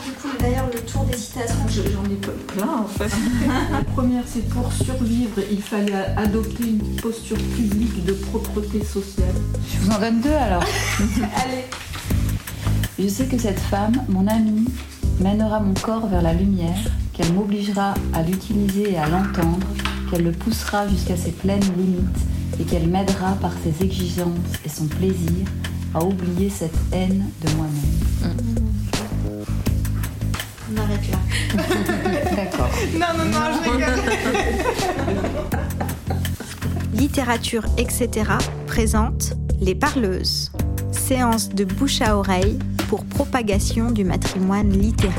du coup d'ailleurs le tour des citations. J'en ai plein en fait. La première, c'est pour survivre, il fallait adopter une posture publique de propreté sociale. Je vous en donne 2 alors. Allez. Je sais que cette femme, mon amie, mènera mon corps vers la lumière, qu'elle m'obligera à l'utiliser et à l'entendre, qu'elle le poussera jusqu'à ses pleines limites et qu'elle m'aidera par ses exigences et son plaisir à oublier cette haine de moi-même. On arrête là. D'accord. Non, je rigole. Littérature, etc. présente Les Parleuses. Séance de bouche à oreille pour propagation du matrimoine littéraire.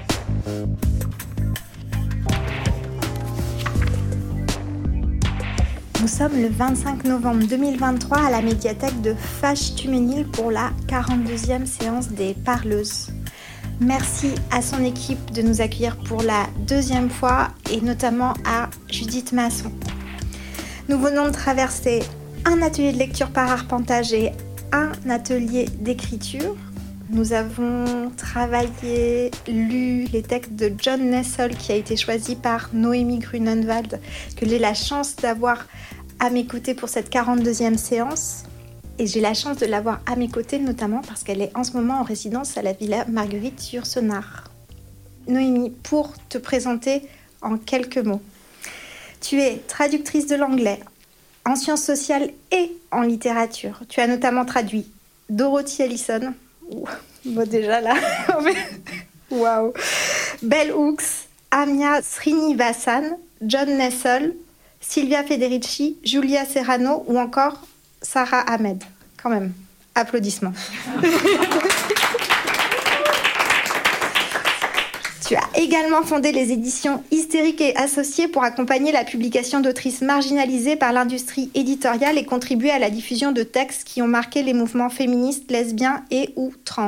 Nous sommes le 25 novembre 2023 à la médiathèque de Faches-Tuménil pour la 42e séance des Parleuses. Merci à son équipe de nous accueillir pour la 2e fois et notamment à Judith Masson. Nous venons de traverser un atelier de lecture par arpentage et un atelier d'écriture. Nous avons travaillé, lu les textes de John Nessel qui a été choisi par Noémie Grunenwald, que j'ai la chance d'avoir à mes côtés pour cette 42e séance. Et j'ai la chance de l'avoir à mes côtés notamment parce qu'elle est en ce moment en résidence à la Villa Marguerite sur Senart. Noémie, pour te présenter en quelques mots. Tu es traductrice de l'anglais en sciences sociales et en littérature. Tu as notamment traduit Dorothy Allison. Bon, déjà là, waouh. Bell Hooks, Amia Srinivasan, John Nessel, Silvia Federici, Julia Serrano ou encore Sarah Ahmed. Quand même, applaudissements. Tu as également fondé les éditions Hystériques et Associées pour accompagner la publication d'autrices marginalisées par l'industrie éditoriale et contribuer à la diffusion de textes qui ont marqué les mouvements féministes, lesbiens et ou trans.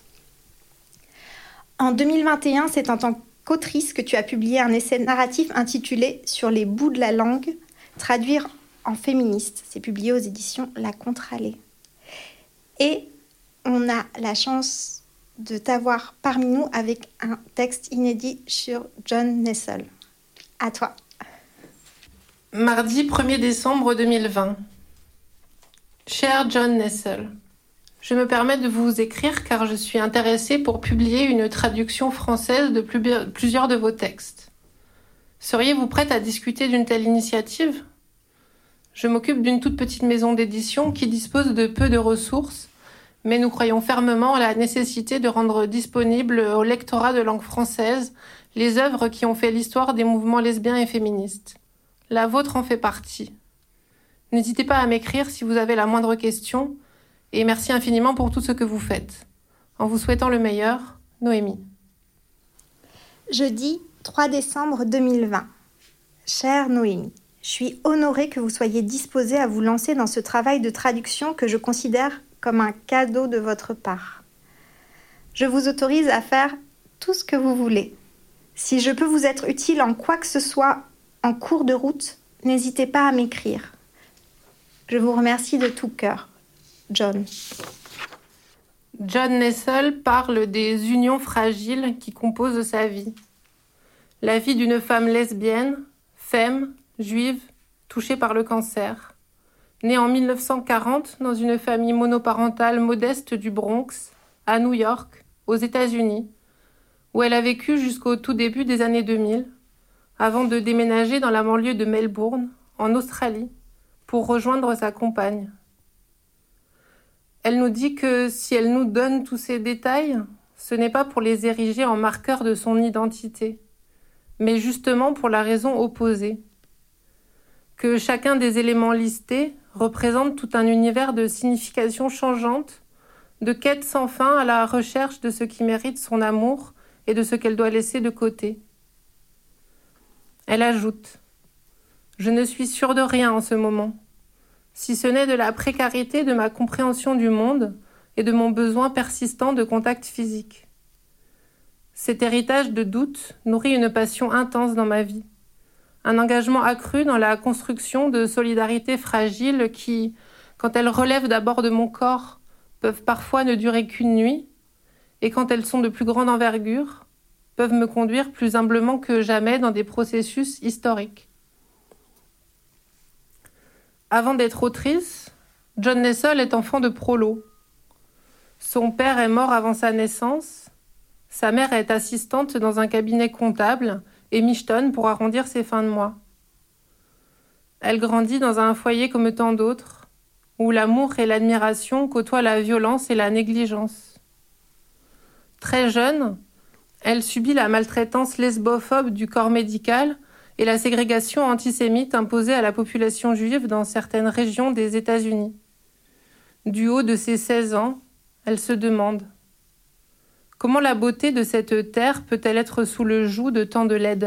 En 2021, c'est en tant qu'autrice que tu as publié un essai narratif intitulé « Sur les bouts de la langue, traduire en féministe ». C'est publié aux éditions La Contrallée. Et on a la chance de t'avoir parmi nous avec un texte inédit sur John Nessel. À toi. Mardi 1er décembre 2020. Cher John Nessel, je me permets de vous écrire car je suis intéressée pour publier une traduction française de plusieurs de vos textes. Seriez-vous prête à discuter d'une telle initiative ? Je m'occupe d'une toute petite maison d'édition qui dispose de peu de ressources, mais nous croyons fermement à la nécessité de rendre disponible au lectorat de langue française les œuvres qui ont fait l'histoire des mouvements lesbiens et féministes. La vôtre en fait partie. N'hésitez pas à m'écrire si vous avez la moindre question, et merci infiniment pour tout ce que vous faites. En vous souhaitant le meilleur, Noémie. Jeudi 3 décembre 2020. Chère Noémie, je suis honorée que vous soyez disposée à vous lancer dans ce travail de traduction que je considère comme un cadeau de votre part. Je vous autorise à faire tout ce que vous voulez. Si je peux vous être utile en quoi que ce soit en cours de route, n'hésitez pas à m'écrire. Je vous remercie de tout cœur. John. John Nessel parle des unions fragiles qui composent sa vie. La vie d'une femme lesbienne, femme, juive, touchée par le cancer. Née en 1940 dans une famille monoparentale modeste du Bronx, à New York, aux États-Unis, où elle a vécu jusqu'au tout début des années 2000, avant de déménager dans la banlieue de Melbourne, en Australie, pour rejoindre sa compagne. Elle nous dit que si elle nous donne tous ces détails, ce n'est pas pour les ériger en marqueurs de son identité, mais justement pour la raison opposée. Que chacun des éléments listés représente tout un univers de significations changeantes, de quêtes sans fin à la recherche de ce qui mérite son amour et de ce qu'elle doit laisser de côté. Elle ajoute « Je ne suis sûre de rien en ce moment, si ce n'est de la précarité de ma compréhension du monde et de mon besoin persistant de contact physique. Cet héritage de doute nourrit une passion intense dans ma vie. Un engagement accru dans la construction de solidarités fragiles qui, quand elles relèvent d'abord de mon corps, peuvent parfois ne durer qu'une nuit, et quand elles sont de plus grande envergure, peuvent me conduire plus humblement que jamais dans des processus historiques. Avant d'être autrice, John Nessel est enfant de prolo. Son père est mort avant sa naissance. Sa mère est assistante dans un cabinet comptable et michetonne pour arrondir ses fins de mois. Elle grandit dans un foyer comme tant d'autres, où l'amour et l'admiration côtoient la violence et la négligence. Très jeune, elle subit la maltraitance lesbophobe du corps médical et la ségrégation antisémite imposée à la population juive dans certaines régions des États-Unis. Du haut de ses 16 ans, elle se demande « Comment la beauté de cette terre peut-elle être sous le joug de tant de laideur ?»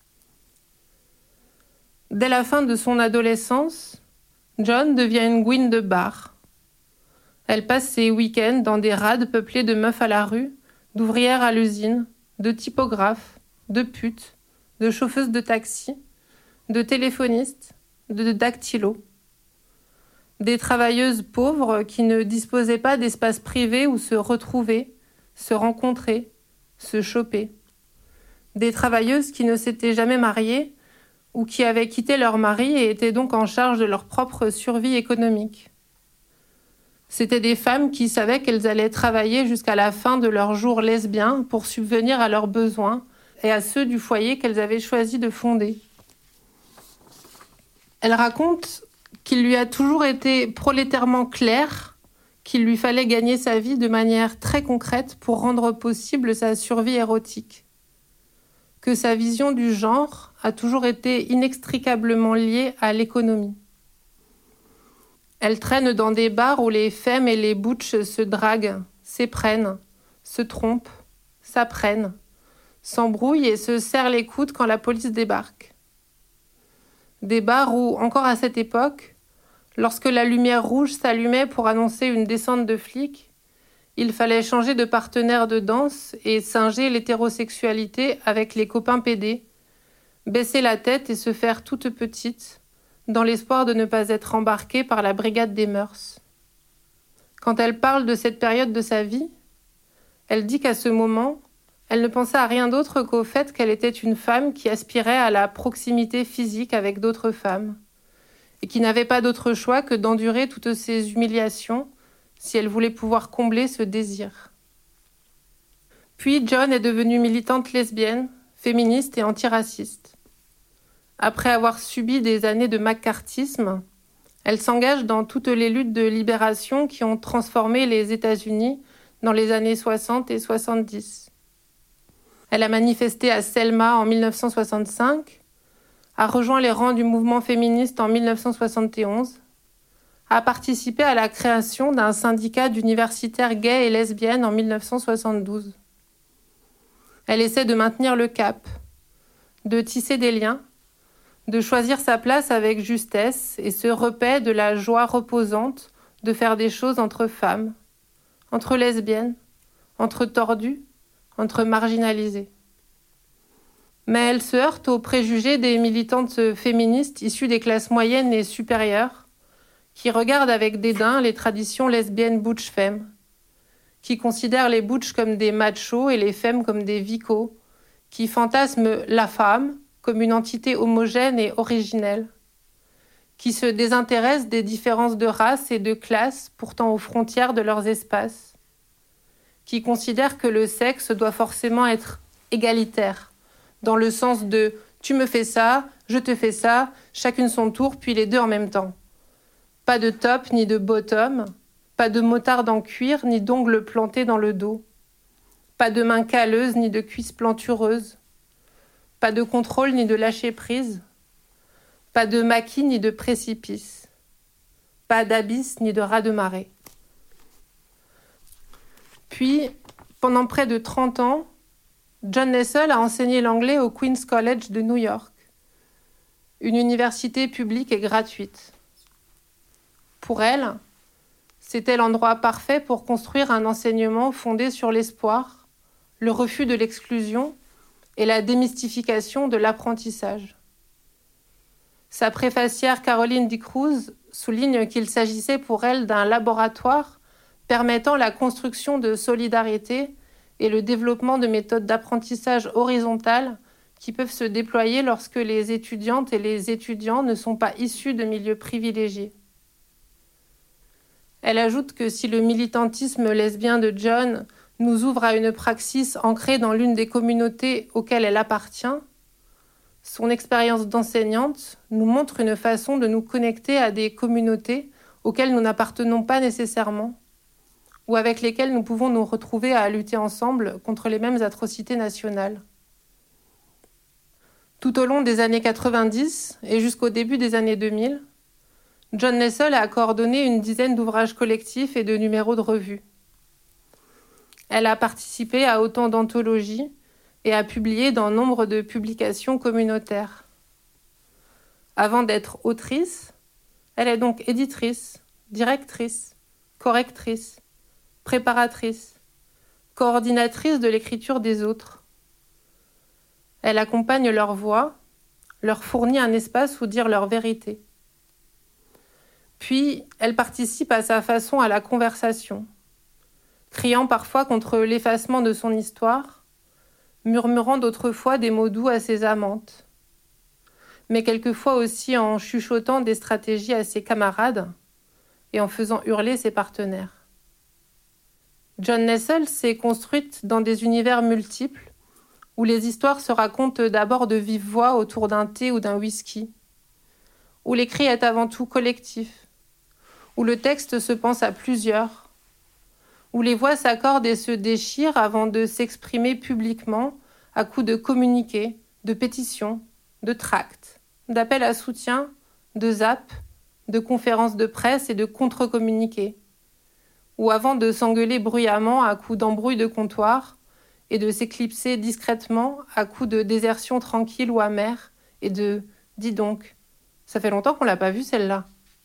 Dès la fin de son adolescence, John devient une gouine de bar. Elle passe ses week-ends dans des rades peuplées de meufs à la rue, d'ouvrières à l'usine, de typographes, de putes, de chauffeuses de taxi, de téléphonistes, de dactylos. Des travailleuses pauvres qui ne disposaient pas d'espace privé où se retrouver, se rencontrer, se choper. Des travailleuses qui ne s'étaient jamais mariées ou qui avaient quitté leur mari et étaient donc en charge de leur propre survie économique. C'étaient des femmes qui savaient qu'elles allaient travailler jusqu'à la fin de leur jour lesbien pour subvenir à leurs besoins et à ceux du foyer qu'elles avaient choisi de fonder. Elle raconte qu'il lui a toujours été prolétairement clair qu'il lui fallait gagner sa vie de manière très concrète pour rendre possible sa survie érotique. Que sa vision du genre a toujours été inextricablement liée à l'économie. Elle traîne dans des bars où les femmes et les butch se draguent, s'éprennent, se trompent, s'apprennent, s'embrouillent et se serrent les coudes quand la police débarque. Des bars où, encore à cette époque, lorsque la lumière rouge s'allumait pour annoncer une descente de flics, il fallait changer de partenaire de danse et singer l'hétérosexualité avec les copains pédés, baisser la tête et se faire toute petite, dans l'espoir de ne pas être embarquée par la brigade des mœurs. Quand elle parle de cette période de sa vie, elle dit qu'à ce moment, elle ne pensait à rien d'autre qu'au fait qu'elle était une femme qui aspirait à la proximité physique avec d'autres femmes, et qui n'avait pas d'autre choix que d'endurer toutes ces humiliations si elle voulait pouvoir combler ce désir. Puis John est devenue militante lesbienne, féministe et antiraciste. Après avoir subi des années de macartisme, elle s'engage dans toutes les luttes de libération qui ont transformé les États-Unis dans les années 60 et 70. Elle a manifesté à Selma en 1965, a rejoint les rangs du mouvement féministe en 1971, a participé à la création d'un syndicat d'universitaires gays et lesbiennes en 1972. Elle essaie de maintenir le cap, de tisser des liens, de choisir sa place avec justesse et se repaît de la joie reposante de faire des choses entre femmes, entre lesbiennes, entre tordues, entre marginalisées. Mais elle se heurte aux préjugés des militantes féministes issues des classes moyennes et supérieures qui regardent avec dédain les traditions lesbiennes butch-femmes, qui considèrent les butch comme des machos et les femmes comme des vicos, qui fantasment la femme comme une entité homogène et originelle, qui se désintéressent des différences de race et de classe pourtant aux frontières de leurs espaces, qui considèrent que le sexe doit forcément être égalitaire, dans le sens de « tu me fais ça, je te fais ça, chacune son tour, puis les deux en même temps ». Pas de top ni de bottom, pas de motarde en cuir ni d'ongles plantés dans le dos, pas de mains calleuses ni de cuisses plantureuses, pas de contrôle ni de lâcher-prise, pas de maquis ni de précipice, pas d'abysse ni de raz de marée. Puis, pendant près de 30 ans, John Nessel a enseigné l'anglais au Queen's College de New York, une université publique et gratuite. Pour elle, c'était l'endroit parfait pour construire un enseignement fondé sur l'espoir, le refus de l'exclusion et la démystification de l'apprentissage. Sa préfacière Caroline D. Cruz souligne qu'il s'agissait pour elle d'un laboratoire permettant la construction de solidarité et le développement de méthodes d'apprentissage horizontales qui peuvent se déployer lorsque les étudiantes et les étudiants ne sont pas issus de milieux privilégiés. Elle ajoute que si le militantisme lesbien de John nous ouvre à une praxis ancrée dans l'une des communautés auxquelles elle appartient, son expérience d'enseignante nous montre une façon de nous connecter à des communautés auxquelles nous n'appartenons pas nécessairement, ou avec lesquelles nous pouvons nous retrouver à lutter ensemble contre les mêmes atrocités nationales. Tout au long des années 90 et jusqu'au début des années 2000, John Nessel a coordonné une dizaine d'ouvrages collectifs et de numéros de revues. Elle a participé à autant d'anthologies et a publié dans nombre de publications communautaires. Avant d'être autrice, elle est donc éditrice, directrice, correctrice, préparatrice, coordinatrice de l'écriture des autres. Elle accompagne leur voix, leur fournit un espace où dire leur vérité. Puis, elle participe à sa façon à la conversation, criant parfois contre l'effacement de son histoire, murmurant d'autres fois des mots doux à ses amantes, mais quelquefois aussi en chuchotant des stratégies à ses camarades et en faisant hurler ses partenaires. John Nessel s'est construite dans des univers multiples où les histoires se racontent d'abord de vive voix autour d'un thé ou d'un whisky, où l'écrit est avant tout collectif, où le texte se pense à plusieurs, où les voix s'accordent et se déchirent avant de s'exprimer publiquement à coups de communiqués, de pétitions, de tracts, d'appels à soutien, de zaps, de conférences de presse et de contre-communiqués, ou avant de s'engueuler bruyamment à coups d'embrouilles de comptoir et de s'éclipser discrètement à coups de désertion tranquille ou amère et de « dis donc, ça fait longtemps qu'on l'a pas vue celle-là ».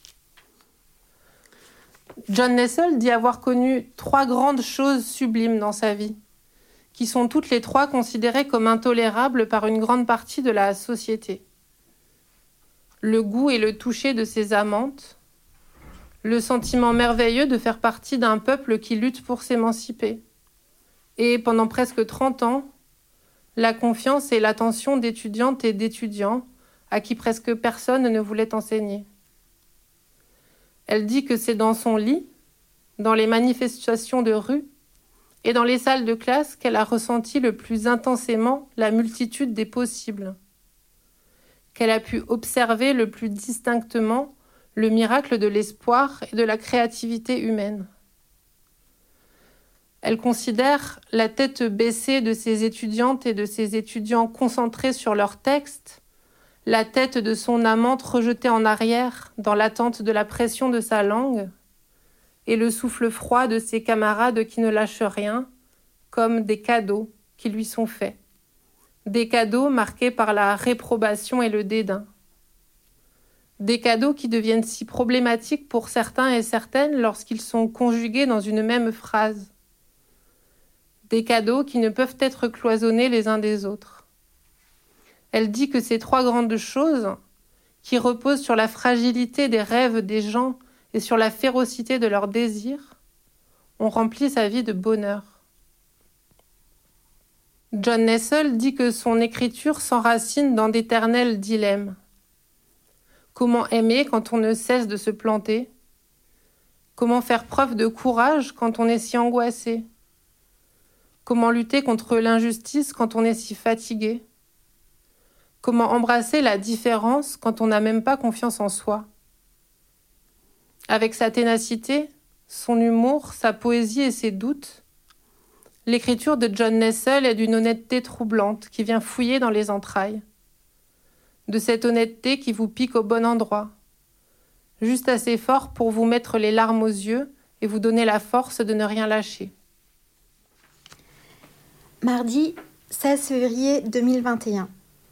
John Nessel dit avoir connu 3 grandes choses sublimes dans sa vie, qui sont toutes les 3 considérées comme intolérables par une grande partie de la société. Le goût et le toucher de ses amantes, le sentiment merveilleux de faire partie d'un peuple qui lutte pour s'émanciper, et pendant presque 30 ans, la confiance et l'attention d'étudiantes et d'étudiants à qui presque personne ne voulait enseigner. Elle dit que c'est dans son lit, dans les manifestations de rue et dans les salles de classe qu'elle a ressenti le plus intensément la multitude des possibles, qu'elle a pu observer le plus distinctement le miracle de l'espoir et de la créativité humaine. Elle considère la tête baissée de ses étudiantes et de ses étudiants concentrés sur leurs textes, la tête de son amante rejetée en arrière dans l'attente de la pression de sa langue, et le souffle froid de ses camarades qui ne lâchent rien, comme des cadeaux qui lui sont faits. Des cadeaux marqués par la réprobation et le dédain. Des cadeaux qui deviennent si problématiques pour certains et certaines lorsqu'ils sont conjugués dans une même phrase. Des cadeaux qui ne peuvent être cloisonnés les uns des autres. Elle dit que ces 3 grandes choses, qui reposent sur la fragilité des rêves des gens et sur la férocité de leurs désirs, ont rempli sa vie de bonheur. John Nessel dit que son écriture s'enracine dans d'éternels dilemmes. Comment aimer quand on ne cesse de se planter? Comment faire preuve de courage quand on est si angoissé? Comment lutter contre l'injustice quand on est si fatigué? Comment embrasser la différence quand on n'a même pas confiance en soi? Avec sa ténacité, son humour, sa poésie et ses doutes, l'écriture de John Nessel est d'une honnêteté troublante qui vient fouiller dans les entrailles. De cette honnêteté qui vous pique au bon endroit, juste assez fort pour vous mettre les larmes aux yeux et vous donner la force de ne rien lâcher. Mardi 16 février 2021.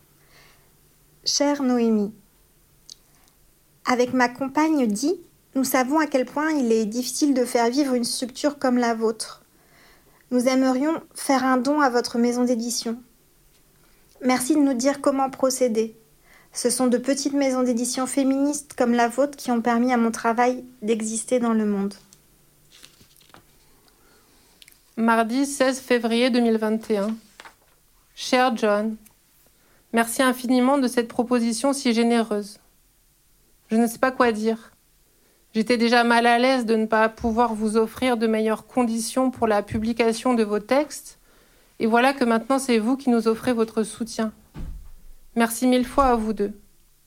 Chère Noémie, avec ma compagne Di, nous savons à quel point il est difficile de faire vivre une structure comme la vôtre. Nous aimerions faire un don à votre maison d'édition. Merci de nous dire comment procéder. Ce sont de petites maisons d'édition féministes comme la vôtre qui ont permis à mon travail d'exister dans le monde. Mardi 16 février 2021. Cher John, merci infiniment de cette proposition si généreuse. Je ne sais pas quoi dire. J'étais déjà mal à l'aise de ne pas pouvoir vous offrir de meilleures conditions pour la publication de vos textes, et voilà que maintenant c'est vous qui nous offrez votre soutien. Merci 1000 fois à vous deux.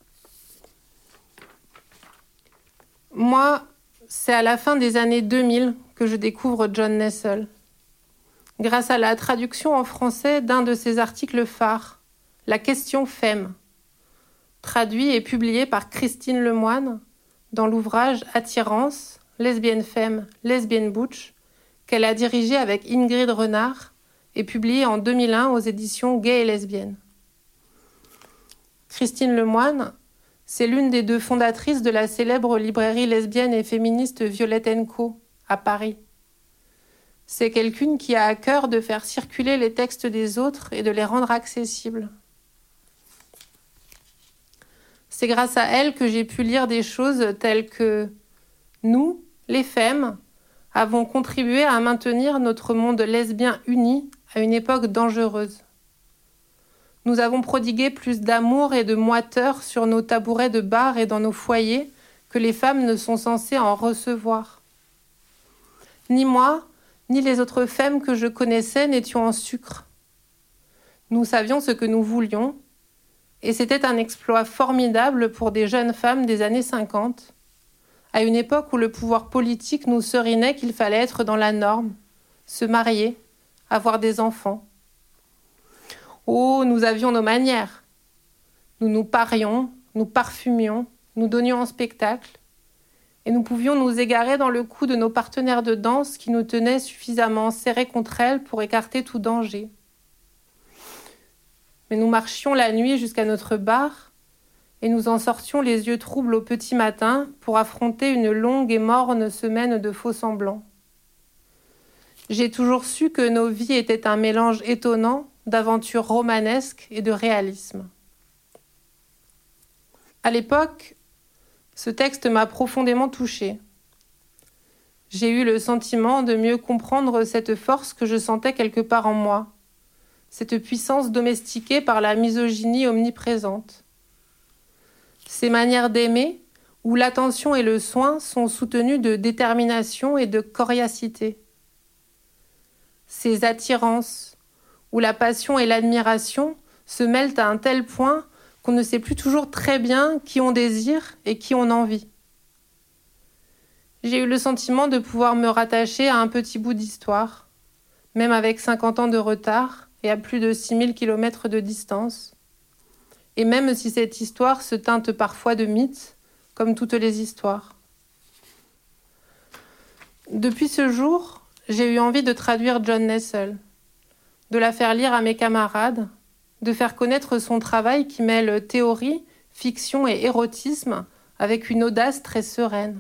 Moi, c'est à la fin des années 2000 que je découvre John Nessel. Grâce à la traduction en français d'un de ses articles phares, La question femme, traduit et publié par Christine Lemoine dans l'ouvrage Attirance, lesbienne femme, lesbienne butch, qu'elle a dirigé avec Ingrid Renard et publié en 2001 aux éditions Gay et Lesbienne. Christine Lemoine, c'est l'une des deux fondatrices de la célèbre librairie lesbienne et féministe Violette & Co. à Paris. C'est quelqu'une qui a à cœur de faire circuler les textes des autres et de les rendre accessibles. C'est grâce à elle que j'ai pu lire des choses telles que nous, les femmes, avons contribué à maintenir notre monde lesbien uni à une époque dangereuse. Nous avons prodigué plus d'amour et de moiteur sur nos tabourets de bar et dans nos foyers que les femmes ne sont censées en recevoir. Ni moi, ni les autres femmes que je connaissais n'étions en sucre. Nous savions ce que nous voulions, et c'était un exploit formidable pour des jeunes femmes des années 50, à une époque où le pouvoir politique nous serinait qu'il fallait être dans la norme, se marier, avoir des enfants. Oh, nous avions nos manières. Nous nous parions, nous parfumions, nous donnions en spectacle, et nous pouvions nous égarer dans le cou de nos partenaires de danse qui nous tenaient suffisamment serrés contre elles pour écarter tout danger. Mais nous marchions la nuit jusqu'à notre bar et nous en sortions les yeux troubles au petit matin pour affronter une longue et morne semaine de faux-semblants. J'ai toujours su que nos vies étaient un mélange étonnant d'aventures romanesques et de réalisme. À l'époque, ce texte m'a profondément touchée. J'ai eu le sentiment de mieux comprendre cette force que je sentais quelque part en moi, cette puissance domestiquée par la misogynie omniprésente. Ces manières d'aimer, où l'attention et le soin sont soutenus de détermination et de coriacité. Ces attirances, où la passion et l'admiration se mêlent à un tel point qu'on ne sait plus toujours très bien qui on désire et qui on envie. J'ai eu le sentiment de pouvoir me rattacher à un petit bout d'histoire, même avec 50 ans de retard et à plus de 6000 km de distance. Et même si cette histoire se teinte parfois de mythes, comme toutes les histoires. Depuis ce jour, j'ai eu envie de traduire John Nessel, de la faire lire à mes camarades, de faire connaître son travail qui mêle théorie, fiction et érotisme avec une audace très sereine.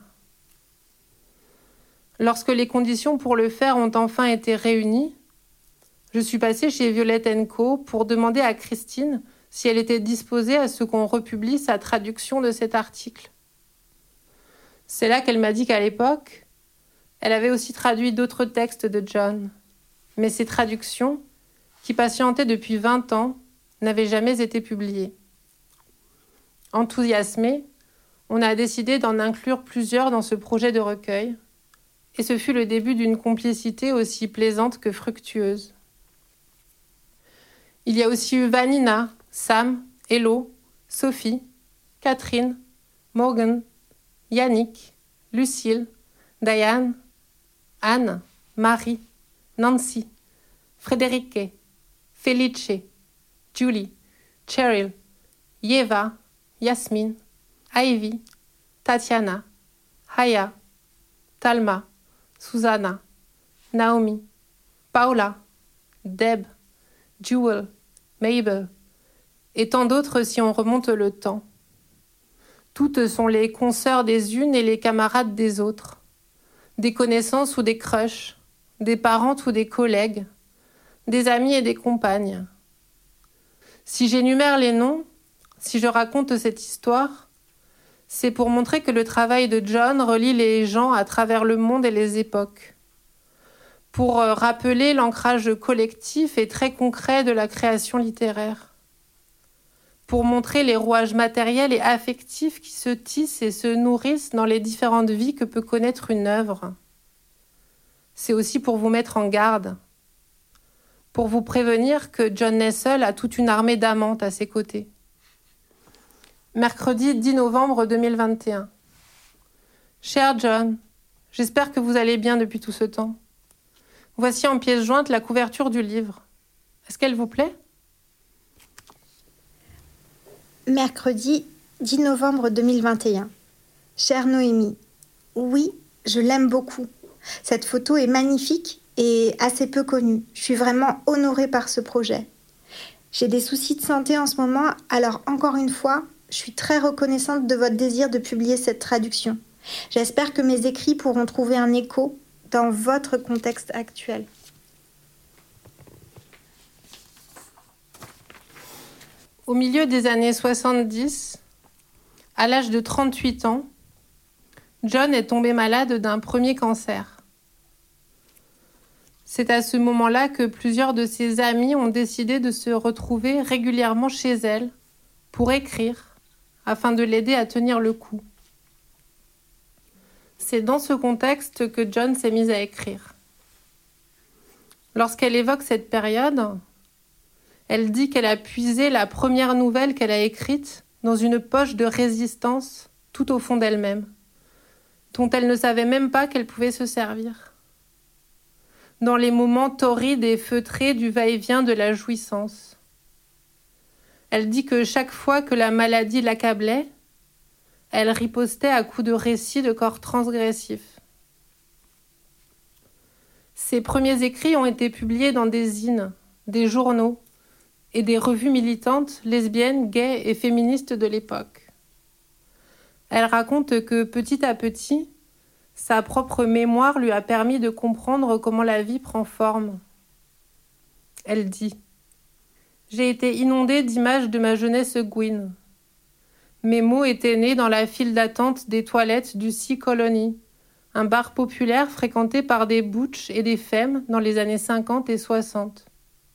Lorsque les conditions pour le faire ont enfin été réunies, je suis passée chez Violette & Co. pour demander à Christine si elle était disposée à ce qu'on republie sa traduction de cet article. C'est là qu'elle m'a dit qu'à l'époque, elle avait aussi traduit d'autres textes de John, mais ces traductions, qui patientaient depuis 20 ans, n'avaient jamais été publiées. Enthousiasmés, on a décidé d'en inclure plusieurs dans ce projet de recueil, et ce fut le début d'une complicité aussi plaisante que fructueuse. Il y a aussi eu Vanina, Sam, Hello, Sophie, Catherine, Morgan, Yannick, Lucille, Diane, Anne, Marie, Nancy, Frédérique, Felice, Julie, Cheryl, Yeva, Yasmine, Ivy, Tatiana, Haya, Talma, Susanna, Naomi, Paula, Deb, Jewel, Mabel, et tant d'autres si on remonte le temps. Toutes sont les consoeurs des unes et les camarades des autres, des connaissances ou des crushs, des parentes ou des collègues, des amis et des compagnes. Si j'énumère les noms, si je raconte cette histoire, c'est pour montrer que le travail de John relie les gens à travers le monde et les époques. pour rappeler l'ancrage collectif et très concret de la création littéraire, pour montrer les rouages matériels et affectifs qui se tissent et se nourrissent dans les différentes vies que peut connaître une œuvre. C'est aussi pour vous mettre en garde, pour vous prévenir que John Nessel a toute une armée d'amantes à ses côtés. Mercredi 10 novembre 2021. Cher John, j'espère que vous allez bien depuis tout ce temps. Voici en pièce jointe la couverture du livre. Est-ce qu'elle vous plaît ? Mercredi 10 novembre 2021. Chère Noémie, oui, je l'aime beaucoup. Cette photo est magnifique et assez peu connue. Je suis vraiment honorée par ce projet. J'ai des soucis de santé en ce moment, alors encore une fois, je suis très reconnaissante de votre désir de publier cette traduction. J'espère que mes écrits pourront trouver un écho dans votre contexte actuel. Au milieu des années 70, à l'âge de 38 ans, John est tombé malade d'un premier cancer. C'est à ce moment-là que plusieurs de ses amis ont décidé de se retrouver régulièrement chez elle pour écrire, afin de l'aider à tenir le coup. C'est dans ce contexte que John s'est mise à écrire. Lorsqu'elle évoque cette période, elle dit qu'elle a puisé la première nouvelle qu'elle a écrite dans une poche de résistance tout au fond d'elle-même, dont elle ne savait même pas qu'elle pouvait se servir. Dans les moments torrides et feutrés du va-et-vient de la jouissance. Elle dit que chaque fois que la maladie l'accablait, elle ripostait à coups de récits de corps transgressifs. Ses premiers écrits ont été publiés dans des zines, des journaux et des revues militantes lesbiennes, gays et féministes de l'époque. Elle raconte que petit à petit, sa propre mémoire lui a permis de comprendre comment la vie prend forme. Elle dit « J'ai été inondée d'images de ma jeunesse gouine. Mes mots étaient nés dans la file d'attente des toilettes du Sea Colony, un bar populaire fréquenté par des butch et des femmes dans les années 50 et 60.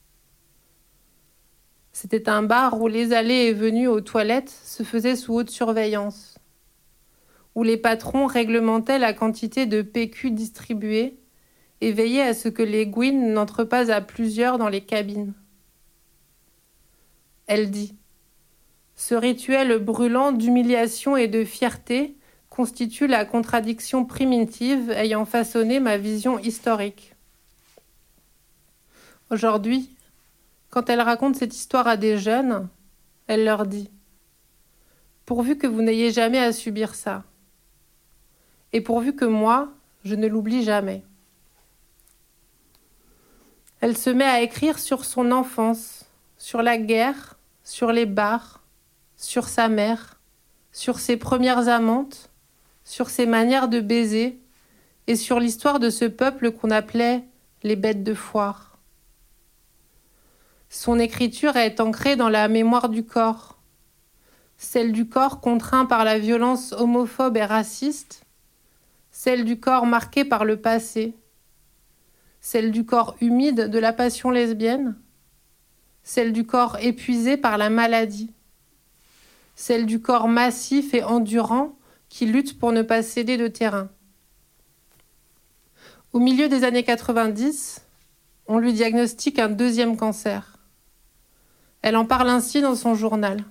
C'était un bar où les allées et venues aux toilettes se faisaient sous haute surveillance, où les patrons réglementaient la quantité de PQ distribuée et veillaient à ce que les gouines n'entrent pas à plusieurs dans les cabines. Elle dit « Ce rituel brûlant d'humiliation et de fierté constitue la contradiction primitive ayant façonné ma vision historique. » Aujourd'hui, quand elle raconte cette histoire à des jeunes, elle leur dit « Pourvu que vous n'ayez jamais à subir ça. Et pourvu que moi, je ne l'oublie jamais. » Elle se met à écrire sur son enfance, sur la guerre, sur les bars, sur sa mère, sur ses premières amantes, sur ses manières de baiser et sur l'histoire de ce peuple qu'on appelait les bêtes de foire. Son écriture est ancrée dans la mémoire du corps, celle du corps contraint par la violence homophobe et raciste, celle du corps marqué par le passé, celle du corps humide de la passion lesbienne, celle du corps épuisé par la maladie, celle du corps massif et endurant qui lutte pour ne pas céder de terrain. Au milieu des années 90, on lui diagnostique un deuxième cancer. Elle en parle ainsi dans son journal.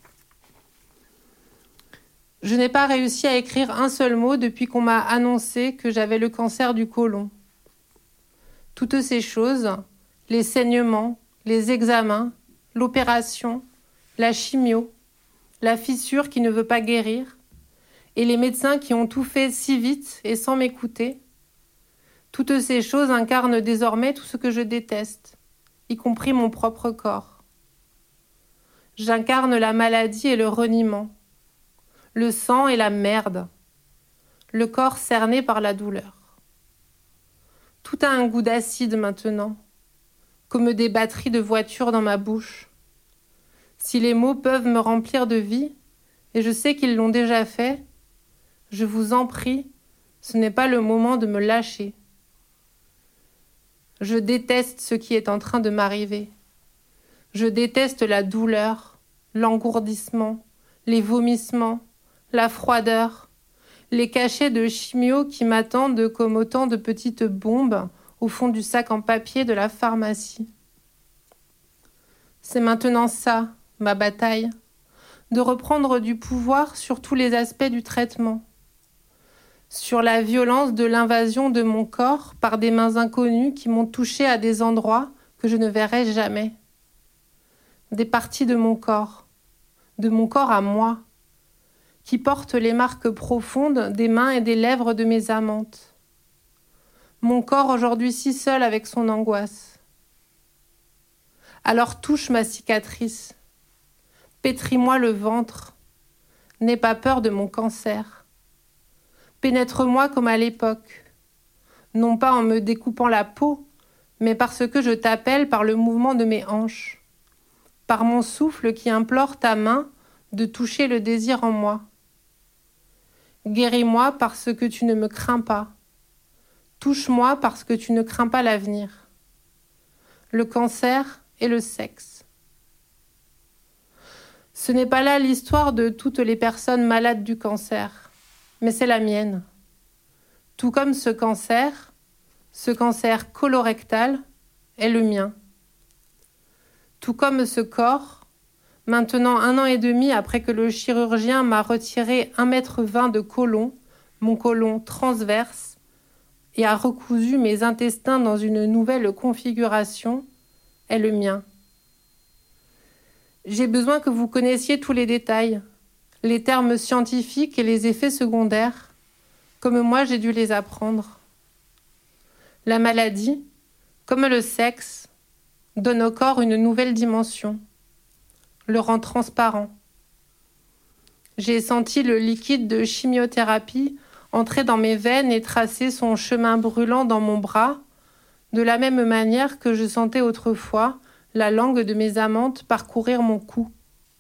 « Je n'ai pas réussi à écrire un seul mot depuis qu'on m'a annoncé que j'avais le cancer du côlon. Toutes ces choses, les saignements, les examens, l'opération, la chimio, la fissure qui ne veut pas guérir, et les médecins qui ont tout fait si vite et sans m'écouter, toutes ces choses incarnent désormais tout ce que je déteste, y compris mon propre corps. J'incarne la maladie et le reniement, le sang et la merde, le corps cerné par la douleur. Tout a un goût d'acide maintenant, comme des batteries de voiture dans ma bouche. Si les mots peuvent me remplir de vie, et je sais qu'ils l'ont déjà fait, je vous en prie, ce n'est pas le moment de me lâcher. Je déteste ce qui est en train de m'arriver. Je déteste la douleur, l'engourdissement, les vomissements, la froideur, les cachets de chimio qui m'attendent comme autant de petites bombes au fond du sac en papier de la pharmacie. C'est maintenant ça, ma bataille, de reprendre du pouvoir sur tous les aspects du traitement, sur la violence de l'invasion de mon corps par des mains inconnues qui m'ont touché à des endroits que je ne verrai jamais. Des parties de mon corps à moi, qui portent les marques profondes des mains et des lèvres de mes amantes. Mon corps aujourd'hui si seul avec son angoisse. Alors touche ma cicatrice, pétris-moi le ventre, n'aie pas peur de mon cancer. Pénètre-moi comme à l'époque, non pas en me découpant la peau, mais parce que je t'appelle par le mouvement de mes hanches, par mon souffle qui implore ta main de toucher le désir en moi. Guéris-moi parce que tu ne me crains pas. Touche-moi parce que tu ne crains pas l'avenir. Le cancer et le sexe. Ce n'est pas là l'histoire de toutes les personnes malades du cancer, mais c'est la mienne. Tout comme ce cancer colorectal est le mien. Tout comme ce corps, maintenant 1 an et demi après que le chirurgien m'a retiré 1,20 m de côlon, mon côlon transverse, et a recousu mes intestins dans une nouvelle configuration, est le mien. J'ai besoin que vous connaissiez tous les détails, les termes scientifiques et les effets secondaires, comme moi j'ai dû les apprendre. La maladie, comme le sexe, donne au corps une nouvelle dimension, le rend transparent. J'ai senti le liquide de chimiothérapie entrer dans mes veines et tracer son chemin brûlant dans mon bras, de la même manière que je sentais autrefois la langue de mes amantes parcourir mon cou.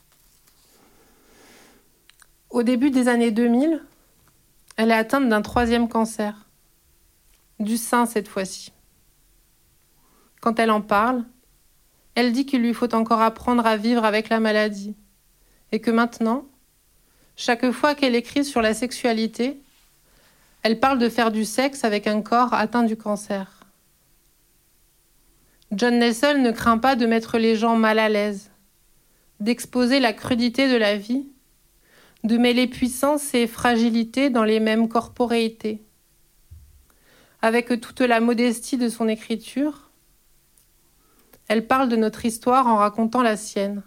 Au début des années 2000, elle est atteinte d'un 3e cancer, du sein cette fois-ci. Quand elle en parle, elle dit qu'il lui faut encore apprendre à vivre avec la maladie et que maintenant, chaque fois qu'elle écrit sur la sexualité, elle parle de faire du sexe avec un corps atteint du cancer. John Nessel ne craint pas de mettre les gens mal à l'aise, d'exposer la crudité de la vie, de mêler puissance et fragilité dans les mêmes corporéités. Avec toute la modestie de son écriture, elle parle de notre histoire en racontant la sienne.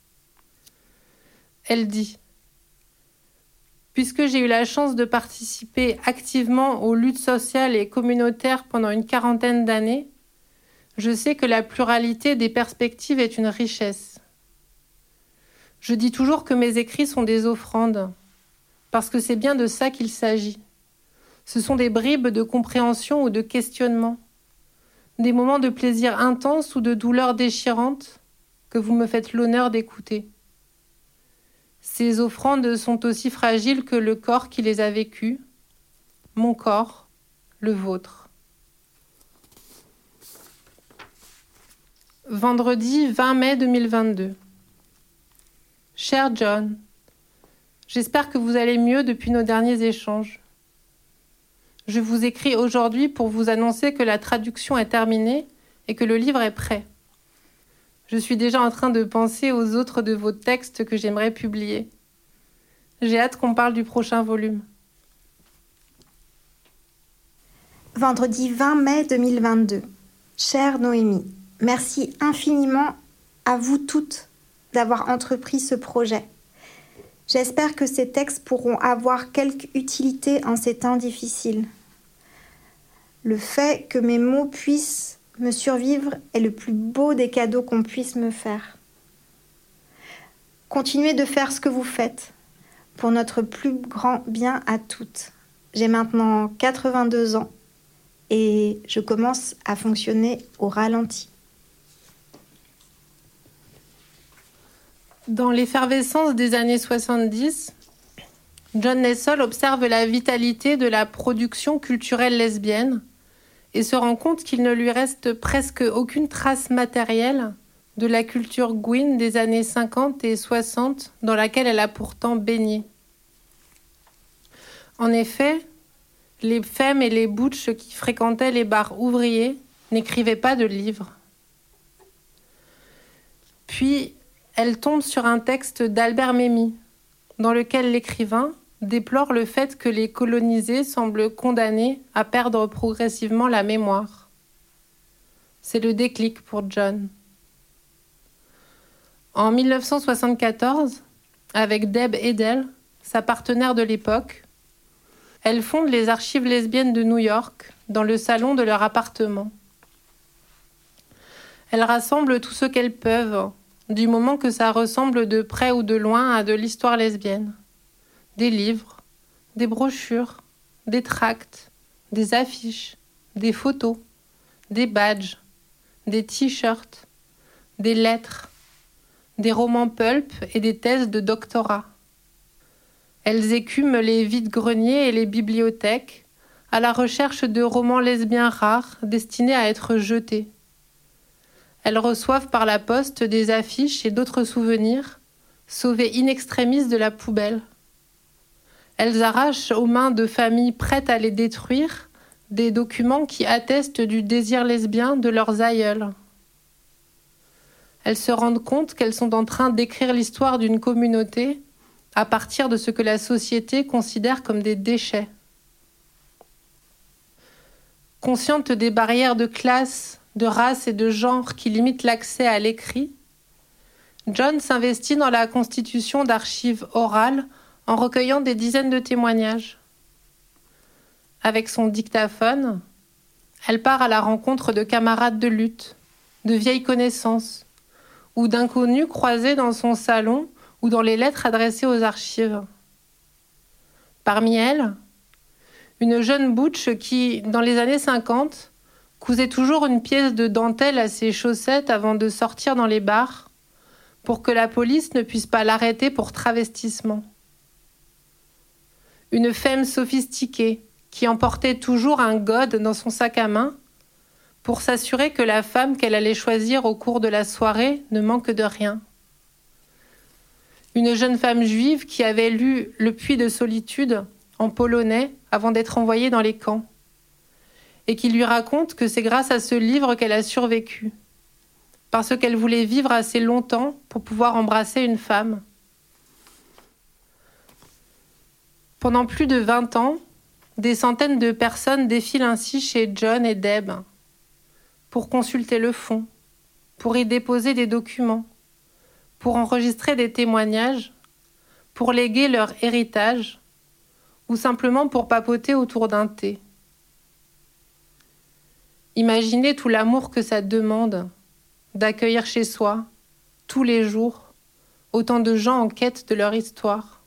Elle dit « Puisque j'ai eu la chance de participer activement aux luttes sociales et communautaires pendant une 40aine d'années, je sais que la pluralité des perspectives est une richesse. Je dis toujours que mes écrits sont des offrandes, parce que c'est bien de ça qu'il s'agit. Ce sont des bribes de compréhension ou de questionnement, des moments de plaisir intense ou de douleur déchirante que vous me faites l'honneur d'écouter. Ces offrandes sont aussi fragiles que le corps qui les a vécues, mon corps, le vôtre. Vendredi 20 mai 2022. Cher John, j'espère que vous allez mieux depuis nos derniers échanges. Je vous écris aujourd'hui pour vous annoncer que la traduction est terminée et que le livre est prêt. Je suis déjà en train de penser aux autres de vos textes que j'aimerais publier. J'ai hâte qu'on parle du prochain volume. Vendredi 20 mai 2022. Chère Noémie, merci infiniment à vous toutes d'avoir entrepris ce projet. J'espère que ces textes pourront avoir quelque utilité en ces temps difficiles. Le fait que mes mots puissent me survivre est le plus beau des cadeaux qu'on puisse me faire. Continuez de faire ce que vous faites pour notre plus grand bien à toutes. J'ai maintenant 82 ans et je commence à fonctionner au ralenti. Dans l'effervescence des années 70, John Nessel observe la vitalité de la production culturelle lesbienne et se rend compte qu'il ne lui reste presque aucune trace matérielle de la culture Gwyn des années 50 et 60 dans laquelle elle a pourtant baigné. En effet, les femmes et les butch qui fréquentaient les bars ouvriers n'écrivaient pas de livres. Puis, elle tombe sur un texte d'Albert Memmi, dans lequel l'écrivain déplore le fait que les colonisés semblent condamnés à perdre progressivement la mémoire. C'est le déclic pour John. En 1974, avec Deb Edel, sa partenaire de l'époque, elle fonde les Archives lesbiennes de New York dans le salon de leur appartement. Elles rassemblent tout ce qu'elles peuvent, du moment que ça ressemble de près ou de loin à de l'histoire lesbienne. Des livres, des brochures, des tracts, des affiches, des photos, des badges, des t-shirts, des lettres, des romans pulp et des thèses de doctorat. Elles écument les vides-greniers et les bibliothèques à la recherche de romans lesbiens rares destinés à être jetés. Elles reçoivent par la poste des affiches et d'autres souvenirs, sauvés in extremis de la poubelle. Elles arrachent aux mains de familles prêtes à les détruire des documents qui attestent du désir lesbien de leurs aïeuls. Elles se rendent compte qu'elles sont en train d'écrire l'histoire d'une communauté à partir de ce que la société considère comme des déchets. Consciente des barrières de classe, de race et de genre qui limitent l'accès à l'écrit, John s'investit dans la constitution d'archives orales en recueillant des dizaines de témoignages. Avec son dictaphone, elle part à la rencontre de camarades de lutte, de vieilles connaissances, ou d'inconnus croisés dans son salon ou dans les lettres adressées aux archives. Parmi elles, une jeune butch qui, dans les années 50, cousait toujours une pièce de dentelle à ses chaussettes avant de sortir dans les bars, pour que la police ne puisse pas l'arrêter pour travestissement. Une femme sophistiquée qui emportait toujours un gode dans son sac à main pour s'assurer que la femme qu'elle allait choisir au cours de la soirée ne manque de rien. Une jeune femme juive qui avait lu Le Puits de solitude en polonais avant d'être envoyée dans les camps et qui lui raconte que c'est grâce à ce livre qu'elle a survécu, parce qu'elle voulait vivre assez longtemps pour pouvoir embrasser une femme. Pendant plus de 20 ans, des centaines de personnes défilent ainsi chez John et Deb pour consulter le fond, pour y déposer des documents, pour enregistrer des témoignages, pour léguer leur héritage ou simplement pour papoter autour d'un thé. Imaginez tout l'amour que ça demande d'accueillir chez soi, tous les jours, autant de gens en quête de leur histoire.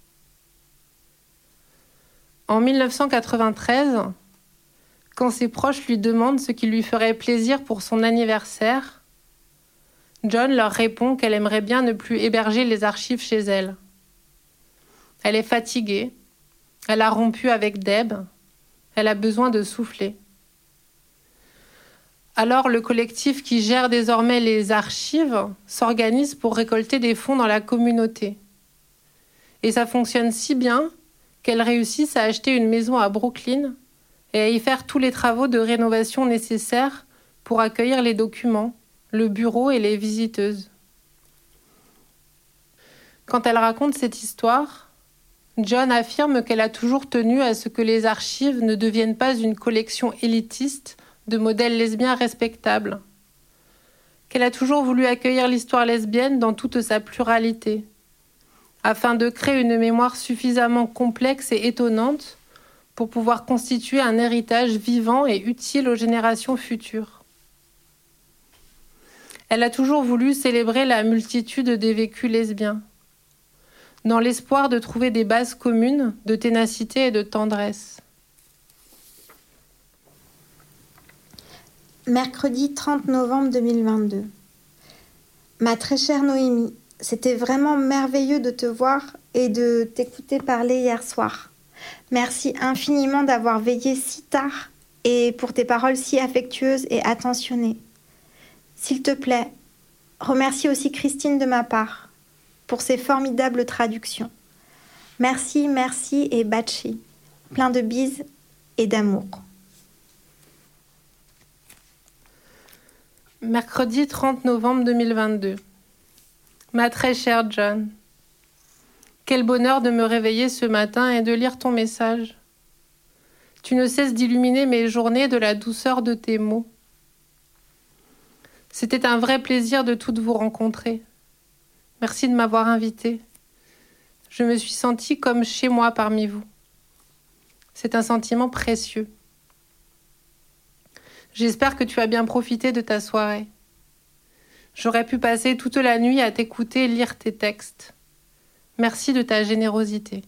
En 1993, quand ses proches lui demandent ce qui lui ferait plaisir pour son anniversaire, John leur répond qu'elle aimerait bien ne plus héberger les archives chez elle. Elle est fatiguée, elle a rompu avec Deb, elle a besoin de souffler. Alors le collectif qui gère désormais les archives s'organise pour récolter des fonds dans la communauté. Et ça fonctionne si bien qu'elles réussissent à acheter une maison à Brooklyn et à y faire tous les travaux de rénovation nécessaires pour accueillir les documents, le bureau et les visiteuses. Quand elle raconte cette histoire, John affirme qu'elle a toujours tenu à ce que les archives ne deviennent pas une collection élitiste de modèles lesbiens respectables, qu'elle a toujours voulu accueillir l'histoire lesbienne dans toute sa pluralité, afin de créer une mémoire suffisamment complexe et étonnante pour pouvoir constituer un héritage vivant et utile aux générations futures. Elle a toujours voulu célébrer la multitude des vécus lesbiens, dans l'espoir de trouver des bases communes de ténacité et de tendresse. Mercredi 30 novembre 2022. Ma très chère Noémie, c'était vraiment merveilleux de te voir et de t'écouter parler hier soir. Merci infiniment d'avoir veillé si tard et pour tes paroles si affectueuses et attentionnées. S'il te plaît, remercie aussi Christine de ma part pour ses formidables traductions. Merci, merci et Bachi. Plein de bises et d'amour. Mercredi 30 novembre 2022. Ma très chère John, quel bonheur de me réveiller ce matin et de lire ton message. Tu ne cesses d'illuminer mes journées de la douceur de tes mots. C'était un vrai plaisir de toutes vous rencontrer. Merci de m'avoir invitée. Je me suis sentie comme chez moi parmi vous. C'est un sentiment précieux. J'espère que tu as bien profité de ta soirée. J'aurais pu passer toute la nuit à t'écouter lire tes textes. Merci de ta générosité.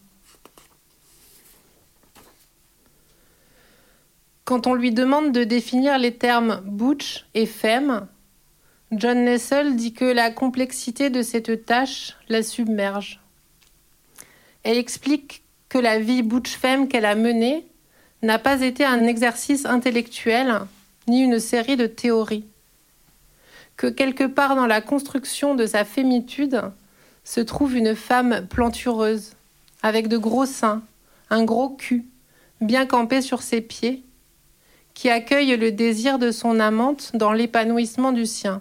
Quand on lui demande de définir les termes butch et femme, John Nessel dit que la complexité de cette tâche la submerge. Elle explique que la vie butch-femme qu'elle a menée n'a pas été un exercice intellectuel ni une série de théories. Que quelque part dans la construction de sa fémitude se trouve une femme plantureuse, avec de gros seins, un gros cul, bien campé sur ses pieds, qui accueille le désir de son amante dans l'épanouissement du sien.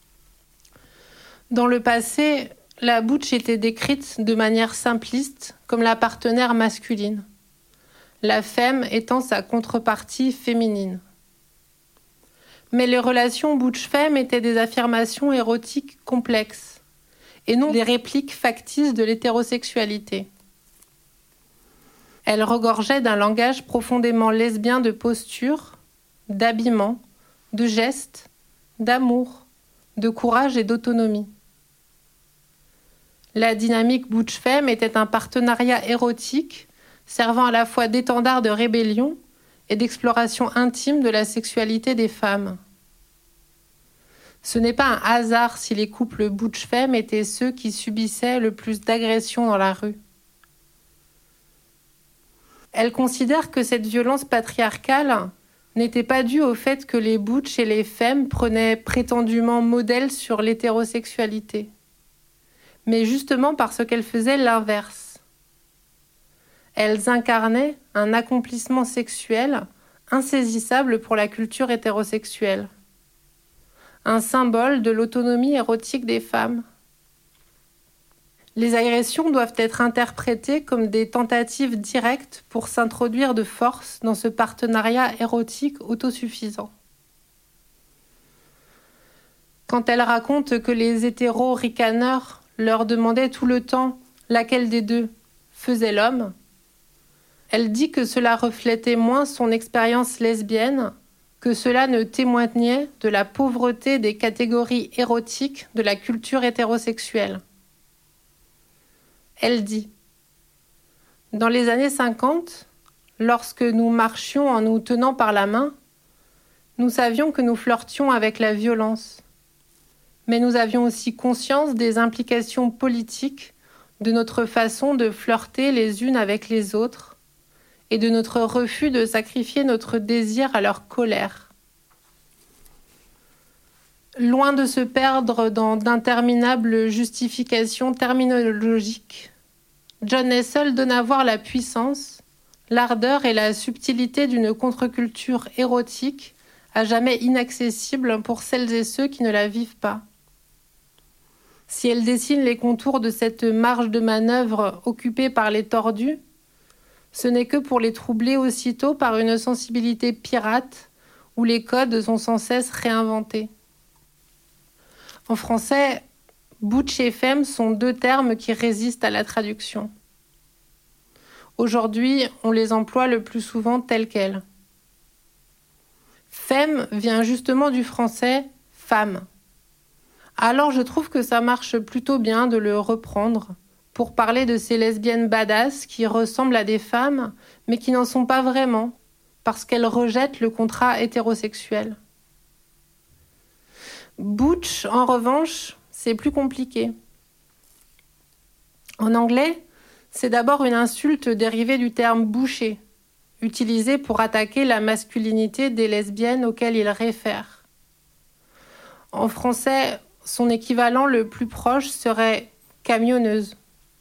Dans le passé, la butch était décrite de manière simpliste comme la partenaire masculine, la femme étant sa contrepartie féminine. Mais les relations butch-femme étaient des affirmations érotiques complexes, et non des répliques factices de l'hétérosexualité. Elles regorgeaient d'un langage profondément lesbien de posture, d'habillement, de gestes, d'amour, de courage et d'autonomie. La dynamique butch-femme était un partenariat érotique servant à la fois d'étendard de rébellion et d'exploration intime de la sexualité des femmes. Ce n'est pas un hasard si les couples butch-femme étaient ceux qui subissaient le plus d'agressions dans la rue. Elle considère que cette violence patriarcale n'était pas due au fait que les butch et les femmes prenaient prétendument modèle sur l'hétérosexualité, mais justement parce qu'elles faisaient l'inverse. Elles incarnaient un accomplissement sexuel insaisissable pour la culture hétérosexuelle, un symbole de l'autonomie érotique des femmes. Les agressions doivent être interprétées comme des tentatives directes pour s'introduire de force dans ce partenariat érotique autosuffisant. Quand elle raconte que les hétéros ricaneurs leur demandaient tout le temps laquelle des deux faisait l'homme, elle dit que cela reflétait moins son expérience lesbienne, que cela ne témoignait de la pauvreté des catégories érotiques de la culture hétérosexuelle. Elle dit « Dans les années 50, lorsque nous marchions en nous tenant par la main, nous savions que nous flirtions avec la violence, mais nous avions aussi conscience des implications politiques de notre façon de flirter les unes avec les autres, et de notre refus de sacrifier notre désir à leur colère. Loin de se perdre dans d'interminables justifications terminologiques, John Nessel donne à voir la puissance, l'ardeur et la subtilité d'une contre-culture érotique à jamais inaccessible pour celles et ceux qui ne la vivent pas. Si elle dessine les contours de cette marge de manœuvre occupée par les tordus, ce n'est que pour les troubler aussitôt par une sensibilité pirate où les codes sont sans cesse réinventés. En français, butch et femme sont deux termes qui résistent à la traduction. Aujourd'hui, on les emploie le plus souvent tels quels. Femme vient justement du français femme. Alors je trouve que ça marche plutôt bien de le reprendre pour parler de ces lesbiennes badass qui ressemblent à des femmes, mais qui n'en sont pas vraiment, parce qu'elles rejettent le contrat hétérosexuel. Butch, en revanche, c'est plus compliqué. En anglais, c'est d'abord une insulte dérivée du terme boucher, utilisé pour attaquer la masculinité des lesbiennes auxquelles il réfère. En français, son équivalent le plus proche serait « camionneuse ».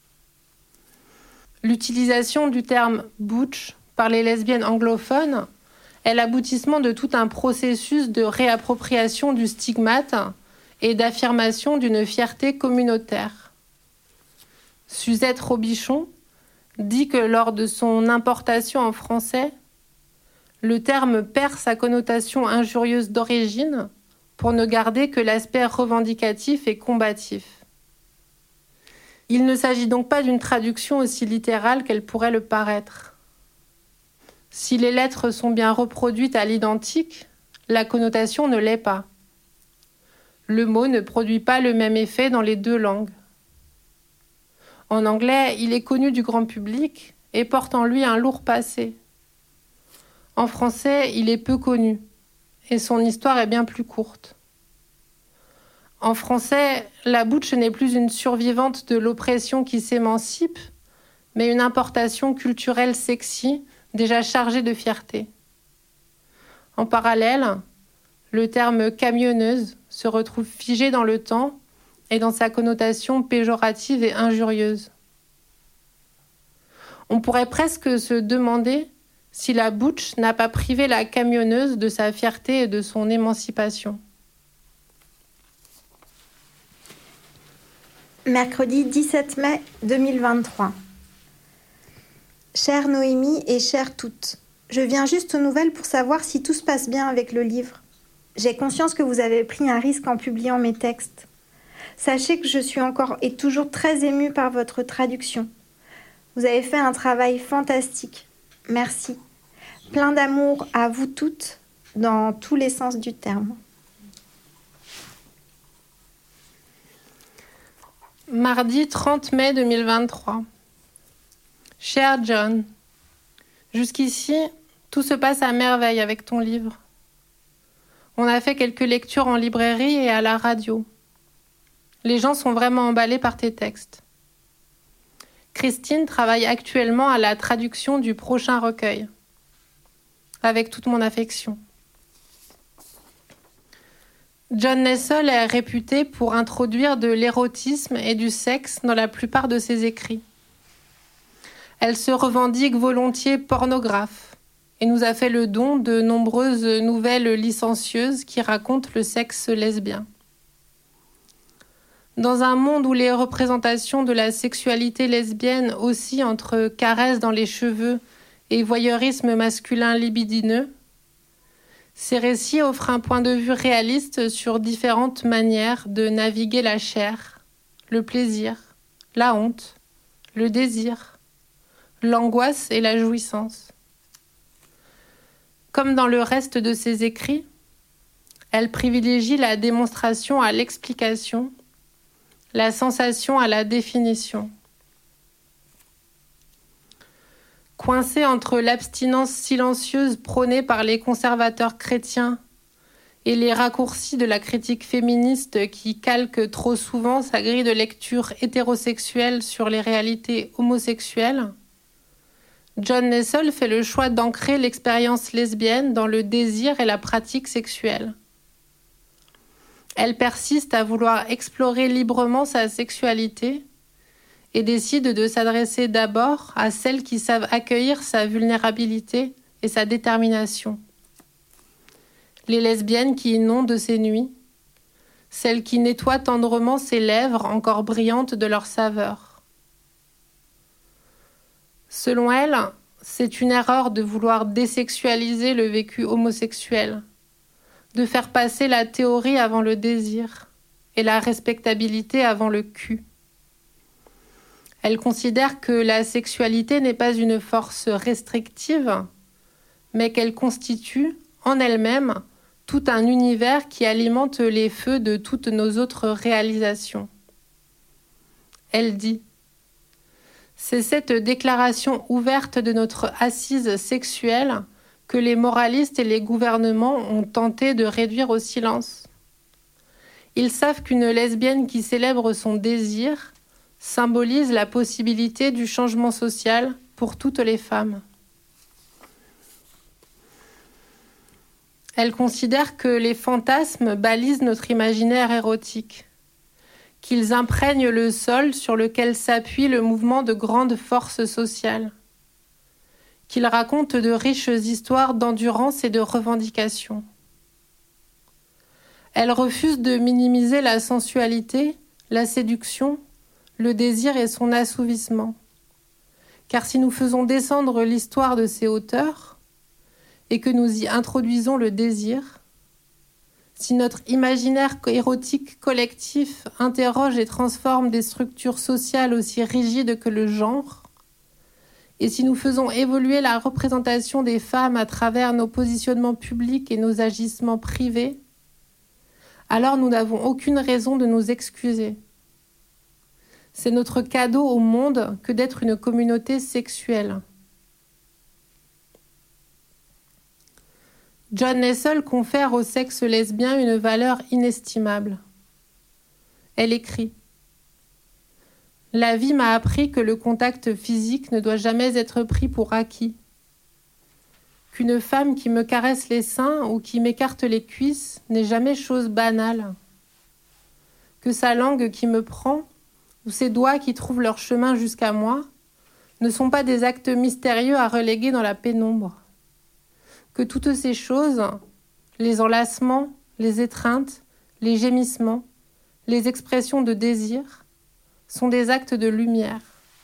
L'utilisation du terme « butch » par les lesbiennes anglophones est l'aboutissement de tout un processus de réappropriation du stigmate et d'affirmation d'une fierté communautaire. Suzette Robichon dit que lors de son importation en français, le terme perd sa connotation injurieuse d'origine pour ne garder que l'aspect revendicatif et combatif. Il ne s'agit donc pas d'une traduction aussi littérale qu'elle pourrait le paraître. Si les lettres sont bien reproduites à l'identique, la connotation ne l'est pas. Le mot ne produit pas le même effet dans les deux langues. En anglais, il est connu du grand public et porte en lui un lourd passé. En français, il est peu connu et son histoire est bien plus courte. En français, la butch n'est plus une survivante de l'oppression qui s'émancipe, mais une importation culturelle sexy, déjà chargée de fierté. En parallèle, le terme camionneuse se retrouve figé dans le temps et dans sa connotation péjorative et injurieuse. On pourrait presque se demander si la butch n'a pas privé la camionneuse de sa fierté et de son émancipation. Mercredi 17 mai 2023. Chère Noémie et chères toutes, je viens juste aux nouvelles pour savoir si tout se passe bien avec le livre. J'ai conscience que vous avez pris un risque en publiant mes textes. Sachez que je suis encore et toujours très émue par votre traduction. Vous avez fait un travail fantastique. Merci. Plein d'amour à vous toutes, dans tous les sens du terme. Mardi 30 mai 2023. Cher John, jusqu'ici, tout se passe à merveille avec ton livre. On a fait quelques lectures en librairie et à la radio. Les gens sont vraiment emballés par tes textes. Christine travaille actuellement à la traduction du prochain recueil. Avec toute mon affection. John Nessel est réputé pour introduire de l'érotisme et du sexe dans la plupart de ses écrits. Elle se revendique volontiers pornographe et nous a fait le don de nombreuses nouvelles licencieuses qui racontent le sexe lesbien. Dans un monde où les représentations de la sexualité lesbienne oscillent entre caresses dans les cheveux et voyeurisme masculin libidineux, ces récits offrent un point de vue réaliste sur différentes manières de naviguer la chair, le plaisir, la honte, le désir, l'angoisse et la jouissance. Comme dans le reste de ses écrits, elle privilégie la démonstration à l'explication, la sensation à la définition. Coincée entre l'abstinence silencieuse prônée par les conservateurs chrétiens et les raccourcis de la critique féministe qui calque trop souvent sa grille de lecture hétérosexuelle sur les réalités homosexuelles, John Nessel fait le choix d'ancrer l'expérience lesbienne dans le désir et la pratique sexuelle. Elle persiste à vouloir explorer librement sa sexualité et décide de s'adresser d'abord à celles qui savent accueillir sa vulnérabilité et sa détermination. Les lesbiennes qui inondent ses nuits, celles qui nettoient tendrement ses lèvres encore brillantes de leur saveur. Selon elle, c'est une erreur de vouloir désexualiser le vécu homosexuel, de faire passer la théorie avant le désir et la respectabilité avant le cul. Elle considère que la sexualité n'est pas une force restrictive, mais qu'elle constitue, en elle-même, tout un univers qui alimente les feux de toutes nos autres réalisations. Elle dit « C'est cette déclaration ouverte de notre assise sexuelle que les moralistes et les gouvernements ont tenté de réduire au silence. Ils savent qu'une lesbienne qui célèbre son désir symbolise la possibilité du changement social pour toutes les femmes. Elle considère que les fantasmes balisent notre imaginaire érotique, qu'ils imprègnent le sol sur lequel s'appuie le mouvement de grandes forces sociales, qu'ils racontent de riches histoires d'endurance et de revendication. Elle refuse de minimiser la sensualité, la séduction, le désir et son assouvissement. Car si nous faisons descendre l'histoire de ces hauteurs, et que nous y introduisons le désir, si notre imaginaire érotique collectif interroge et transforme des structures sociales aussi rigides que le genre, et si nous faisons évoluer la représentation des femmes à travers nos positionnements publics et nos agissements privés, alors nous n'avons aucune raison de nous excuser. C'est notre cadeau au monde que d'être une communauté sexuelle. John Nessel confère au sexe lesbien une valeur inestimable. Elle écrit « La vie m'a appris que le contact physique ne doit jamais être pris pour acquis. Qu'une femme qui me caresse les seins ou qui m'écarte les cuisses n'est jamais chose banale. Que sa langue qui me prend ou ses doigts qui trouvent leur chemin jusqu'à moi ne sont pas des actes mystérieux à reléguer dans la pénombre. Que toutes ces choses, les enlacements, les étreintes, les gémissements, les expressions de désir, sont des actes de lumière.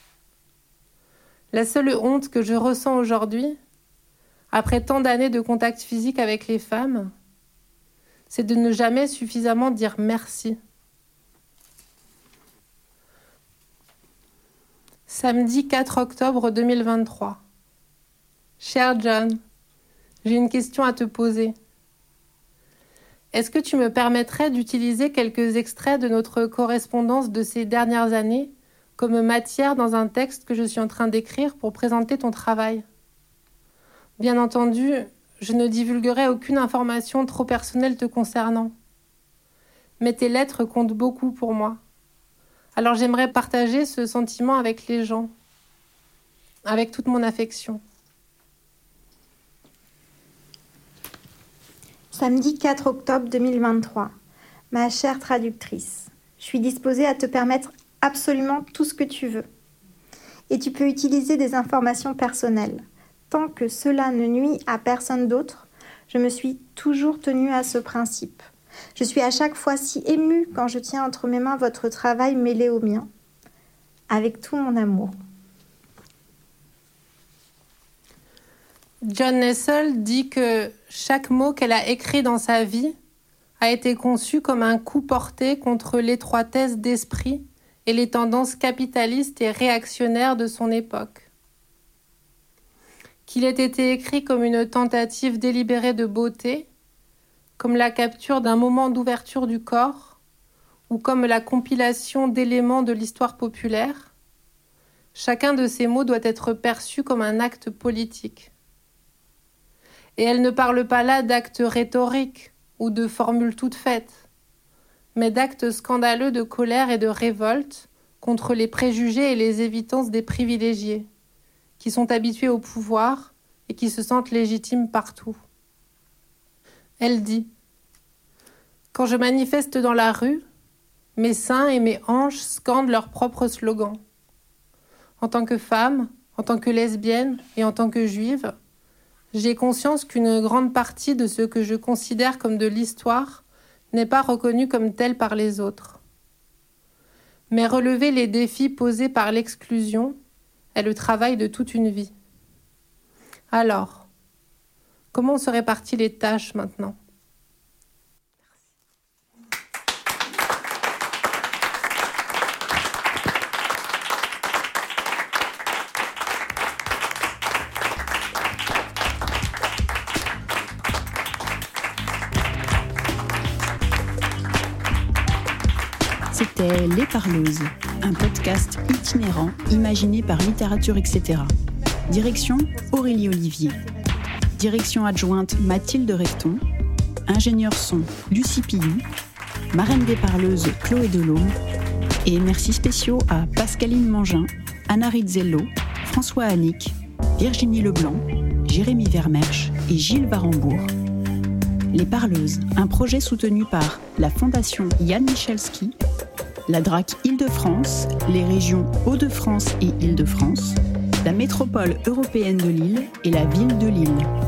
La seule honte que je ressens aujourd'hui, après tant d'années de contact physique avec les femmes, c'est de ne jamais suffisamment dire merci. Samedi 4 octobre 2023. Cher John, j'ai une question à te poser. Est-ce que tu me permettrais d'utiliser quelques extraits de notre correspondance de ces dernières années comme matière dans un texte que je suis en train d'écrire pour présenter ton travail ? Bien entendu, je ne divulguerai aucune information trop personnelle te concernant. Mais tes lettres comptent beaucoup pour moi. Alors j'aimerais partager ce sentiment avec les gens, avec toute mon affection. Samedi 4 octobre 2023. Ma chère traductrice, je suis disposée à te permettre absolument tout ce que tu veux. Et tu peux utiliser des informations personnelles. Tant que cela ne nuit à personne d'autre, je me suis toujours tenue à ce principe. Je suis à chaque fois si émue quand je tiens entre mes mains votre travail mêlé au mien. Avec tout mon amour. John Nessel dit que chaque mot qu'elle a écrit dans sa vie a été conçu comme un coup porté contre l'étroitesse d'esprit et les tendances capitalistes et réactionnaires de son époque. Qu'il ait été écrit comme une tentative délibérée de beauté, comme la capture d'un moment d'ouverture du corps, ou comme la compilation d'éléments de l'histoire populaire, chacun de ces mots doit être perçu comme un acte politique. Et elle ne parle pas là d'actes rhétoriques ou de formules toutes faites, mais d'actes scandaleux de colère et de révolte contre les préjugés et les évitances des privilégiés, qui sont habitués au pouvoir et qui se sentent légitimes partout. Elle dit « Quand je manifeste dans la rue, mes seins et mes hanches scandent leur propre slogan. En tant que femme, en tant que lesbienne et en tant que juive, j'ai conscience qu'une grande partie de ce que je considère comme de l'histoire n'est pas reconnu comme tel par les autres. Mais relever les défis posés par l'exclusion est le travail de toute une vie. Alors, comment on se répartit les tâches maintenant ? C'était Les Parleuses, un podcast itinérant imaginé par Littérature etc. Direction Aurélie Olivier. Direction adjointe Mathilde Recton. Ingénieur son Lucie Pillou. Marraine des Parleuses Chloé Delhomme. Et merci spéciaux à Pascaline Mangin, Anna Rizzello, François Annick, Virginie Leblanc, Jérémy Vermersch et Gilles Varembourg. Les Parleuses, un projet soutenu par la Fondation Jan Michalski, la DRAC Île-de-France, les régions Hauts-de-France et Île-de-France, la métropole européenne de Lille et la ville de Lille.